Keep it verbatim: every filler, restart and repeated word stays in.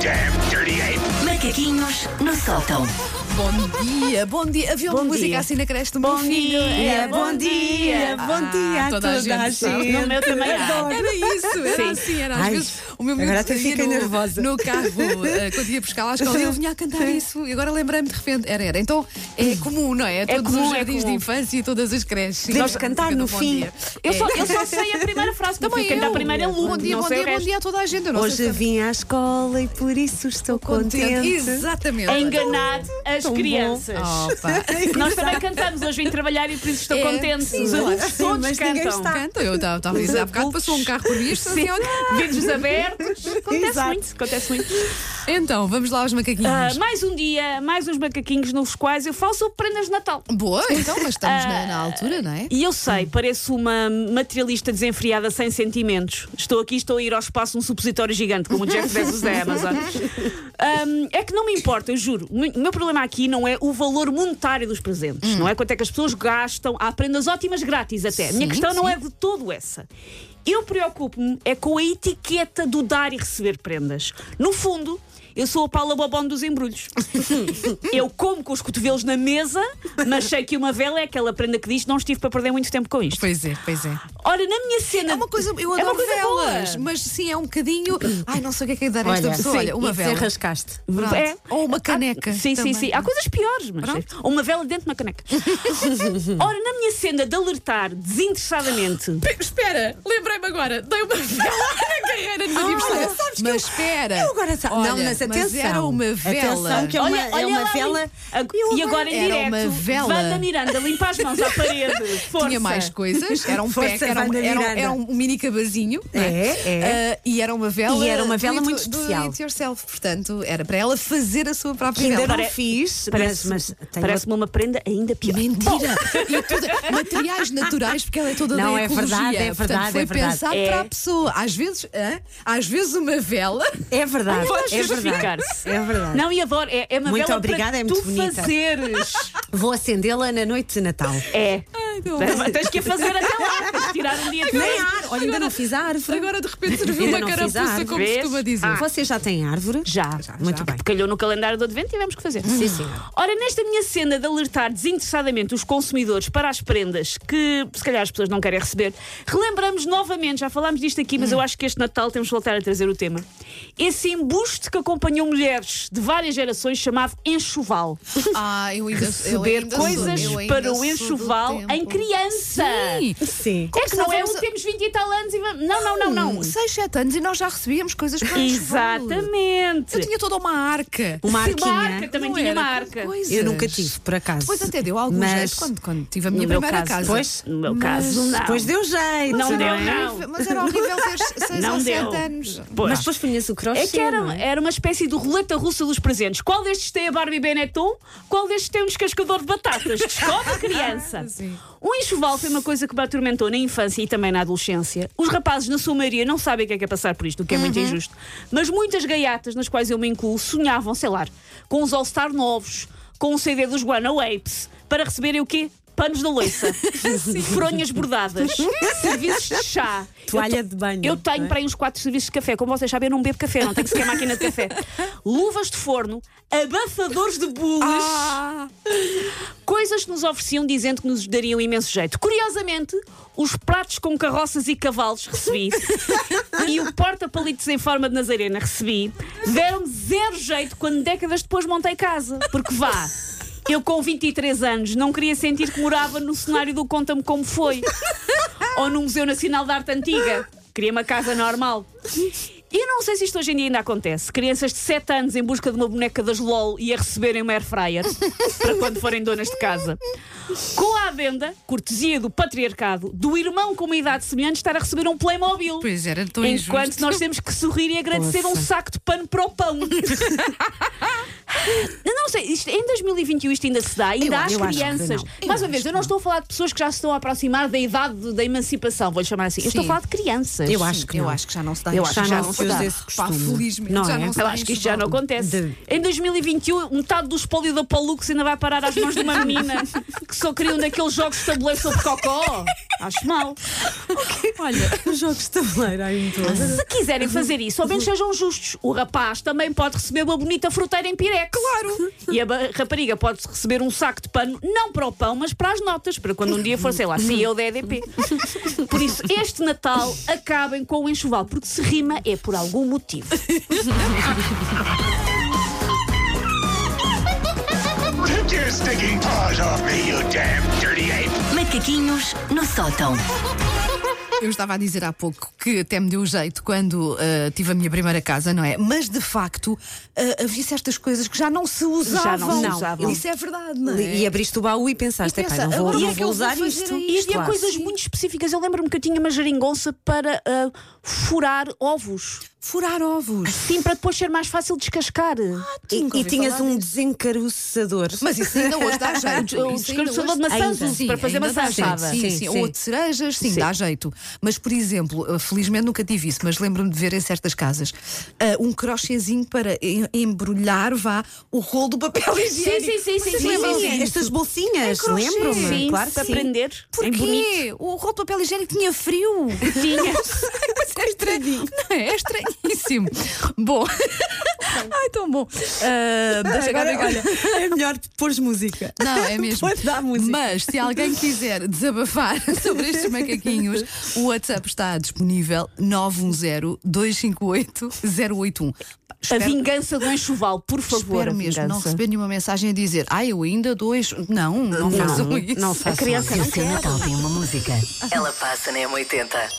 damn dirty ape! Macaquinhos no sótão. Bom dia, bom dia. Havia uma Bom música dia. assim na creche do meu Bom filho. dia, Era bom dia, bom dia a toda a toda a gente sabe. gente. No meu também há. Era isso, era Sim. assim, era às Ai, vezes o meu miúdo agora até saía fiquei no, nervosa. no carro, eh, quando ia buscar lá à escola, eu vinha a cantar isso e agora lembrei-me de repente, era, era. Então é comum, não é? Todos comum, os é jardins de comum. infância e todas as creches. Podemos Sim, cantar música no do bom fim. dia. Eu, É. só, eu só sei a primeira frase, porque Também quem dá eu. primeiro é Lu. Bom dia, não bom sei dia, o bom resto. dia a toda a gente. Eu não Hoje sei se- vim à escola e por isso estou contente. Exatamente. A enganar as Tão bom. crianças. Opa. Nós também cantamos, hoje vim trabalhar e por isso estou É, contente. sim, Os claro. adultos Sim, todos mas ninguém cantam. está. Canta, eu estava a dizer há bocado, passou um carro por mim e estou assim, olha. Vidros abertos. Acontece Exato. muito, acontece muito. Então, vamos lá aos macaquinhos. Ah, mais um dia, mais uns macaquinhos nos quais eu falo sobre prendas de Natal. Boa, então, mas estamos na, na altura, não é? E eu sei, pareço uma materialista desenfreada sem sentimentos. Estou aqui, estou a ir ao espaço num supositório gigante, como o Jeff Bezos da Amazon. Um, é que não me importa, eu juro. O meu problema aqui não é o valor monetário dos presentes, não é quanto é que as pessoas gastam. Há prendas ótimas grátis até. A minha Sim, questão não sim. é de todo essa. Eu preocupo-me é com a etiqueta do dar e receber prendas. No fundo, eu sou a Paula Bobon dos embrulhos. Eu como com os cotovelos na mesa, mas sei que uma vela é aquela prenda que diz não estive para perder muito tempo com isto. Pois é, pois é. Ora, na minha cena. É uma coisa, eu É adoro uma coisa velas, boa. mas sim, é um bocadinho. Ai, não sei o que é que é dar a esta pessoa. Olha, uma vela. rascaste. Pronto. É. Ou uma caneca. Ah, sim, também. sim, sim. Há coisas piores, mas. Pronto. Ou uma vela dentro de uma caneca. Ora, na minha cena de alertar desinteressadamente. Espera, lembrei-me agora, dei uma vela na carreira de aniversário. sabes que Mas espera. Eu agora sa- Olha, não, mas atenção. era uma vela. Atenção, que é uma, Olha- é olha uma lá, vela. E agora em Era uma direto. vela. Wanda Miranda, limpa as mãos à parede. Força. Tinha mais coisas, era um Força, pack, era um, Wanda era um, Miranda. era um mini cabazinho. não É, é. Ah, e era uma vela. E era uma vela do muito it- do especial. it yourself, portanto, era para ela fazer a sua própria Ainda vela. não Pare- fiz, Parece, mas, mas tenho parece-me uma prenda ainda pior. Mentira! E tudo- materiais naturais, porque ela é toda Não, da é ecologia. verdade, é Portanto, verdade, foi é verdade. pensado É. para a pessoa. Às vezes, hã? Às vezes uma vela. É verdade, Podes é verdade. justificar-se. É verdade. Não, e adoro. É, é uma Muito vela obrigada, para é muito tu bonita. fazeres. Vou acendê-la na noite de Natal. É. não. Tens que a fazer até lá. Tens que tirar um dia de Nem férias. a árvore. Olha, ainda não fiz a árvore. Agora de repente serviu Ainda uma não fiz a carapuça, árvore. como se Vês? costuma dizer. Ah. Vocês já têm árvore? Já. Muito bem. Calhou no calendário do Advento e tivemos que fazer. Sim, senhora. Ora, nesta minha cena de alertar desinteressadamente os consumidores para as prendas que se calhar as pessoas não querem receber, relembramos novamente, já falámos disto aqui, mas eu acho que este Natal temos de voltar a trazer o tema. Esse embuste que acompanhou mulheres de várias gerações chamado enxoval. Ah, eu ainda eu Receber ainda coisas sou- eu ainda para o sou do enxoval tempo. em criança. Sim. Sim. É que não é Começávamos o a- temos vinte e tal anos e vamos... Não, não, não, não. seis, sete anos e nós já recebíamos coisas para o enxoval. Exatamente. Eu tinha toda uma arca. Uma Sim, arquinha. uma arca, também Não tinha era uma com arca. coisas. Eu nunca tive, por acaso. Depois até deu algum Mas- jeito quando, quando tive a minha No meu primeira caso, casa. Pois, No meu Mas- caso, não. Depois deu jeito. Não deu, é? não. Mas era horrível ter seis Não ou deu. sete anos. Pois. Mas depois punhas o crochê. É que era, não é? era uma espécie de roleta russa dos presentes. Qual destes tem a Barbie Benetton? Qual destes tem um descascador de batatas? Descobre, criança! Sim. O enxoval foi uma coisa que me atormentou na infância e também na adolescência. Os rapazes, na sua maioria, não sabem o que é que é passar por isto, o que é muito injusto. Mas muitas gaiatas, nas quais eu me incluo, sonhavam, sei lá, com os All-Star novos, com o C D dos Guana Apes, para receberem o quê? Panos da louça, fronhas bordadas, serviços de chá. Toalha Eu te- de banho, Eu tenho não é? para aí uns quatro serviços de café. Como vocês sabem, eu não bebo café, não tenho sequer máquina de café. Luvas de forno, abafadores de bules, Ah, coisas que nos ofereciam dizendo que nos dariam imenso jeito. Curiosamente, os pratos com carroças e cavalos recebi e o porta-palitos em forma de Nazarena recebi. Deram-me zero jeito quando décadas depois montei casa. Porque vá, eu com vinte e três anos não queria sentir que morava no cenário do Conta-me Como Foi ou no Museu Nacional de Arte Antiga. Queria uma casa normal. E não sei se isto hoje em dia ainda acontece. Crianças de sete anos em busca de uma boneca das LOL e a receberem uma air fryer para quando forem donas de casa. Com a venda, cortesia do patriarcado, do irmão com uma idade semelhante estar a receber um Playmobil. pois era tão Enquanto injusto. nós temos que sorrir e agradecer um saco de pano para o pão. Eu não sei, isto, em dois mil e vinte e um isto ainda se dá, ainda Eu há as acho- eu acho que crianças. não. Mais uma vez, eu não estou a falar de pessoas que já se estão a aproximar da idade de- da emancipação, vou-lhe chamar assim. Eu estou a Sim. falar de crianças. Eu acho que Eu não. acho que já não se dá. Eu isto. acho que já não se dá. usa esse Pá, costume. felizmente Não já é? não se Eu dá acho que isto já não enxoval. acontece. De- Em dois mil e vinte e um, metade do espólio da Pollux ainda vai parar às mãos de uma menina que só queria um daqueles jogos de tabuleiro sobre cocó. Acho mal. Olha, os jogos de tabuleiro, ai, muito bom. Se quiserem fazer isso, ao menos sejam justos. O rapaz também pode receber uma bonita fruteira em pirex. Claro. E a ba- rapariga pode receber um saco de pano, não para o pão, mas para as notas, para quando um dia for, sei lá, C E O da E D P. Por isso, este Natal, acabem com o enxoval, porque se rima é por algum motivo. Take your stinking paws off me, you damn dirty ape! Macaquinhos no sótão. Eu estava a dizer há pouco que até me deu jeito quando uh, tive a minha primeira casa, não é? Mas de facto uh, havia certas coisas que já não se usavam. Já não se usavam. Isso é verdade, não é? E abriste o baú e pensaste, E pensa, "Epá, não vou, agora o que não é que vou eu vou usar fazer isto. a E havia Claro. coisas muito específicas. Eu lembro-me que eu tinha uma geringonça para ah, furar ovos. Furar ovos. Sim, para depois ser mais fácil descascar. E, Nunca e ouvi tinhas falar um disso. desencaruçador. Mas isso ainda hoje dá jeito. O Isso ainda descascador hoje- de maçãs, Ainda. Sim, para fazer ainda maçã dá jeito. assada. Sim, Sim, sim, sim. Ou de cerejas, sim, Sim. dá jeito. Mas, por exemplo, uh, felizmente nunca tive isso, mas lembro-me de ver em certas casas uh, um crochêzinho para em- embrulhar, vá, o rolo do papel higiênico. sim, sim, sim, Vocês sim, lembram sim, disso? Estas bolsinhas, Em crochê. lembro-me. Sim, Claro que para sim. aprender. Em bonito. Porquê? O rolo de papel higiênico tinha frio. Tinha. É estranho. Não é? É estranhíssimo. Bom. Ai, tão bom. Ah, deixa cá ver. Agora, olha, é melhor pôres música. Não, é mesmo. Pode dar música. Mas se alguém quiser desabafar sobre estes macaquinhos, o WhatsApp está disponível nove um zero, dois cinco oito, zero oito um. A vingança do enxoval, por favor. Espero a mesmo não vingança. receber nenhuma mensagem a dizer ai, eu ainda dois. Não, não, façam isso. não A façam criança Se não o seu quer. Natal tem uma música, ela passa na M oitenta.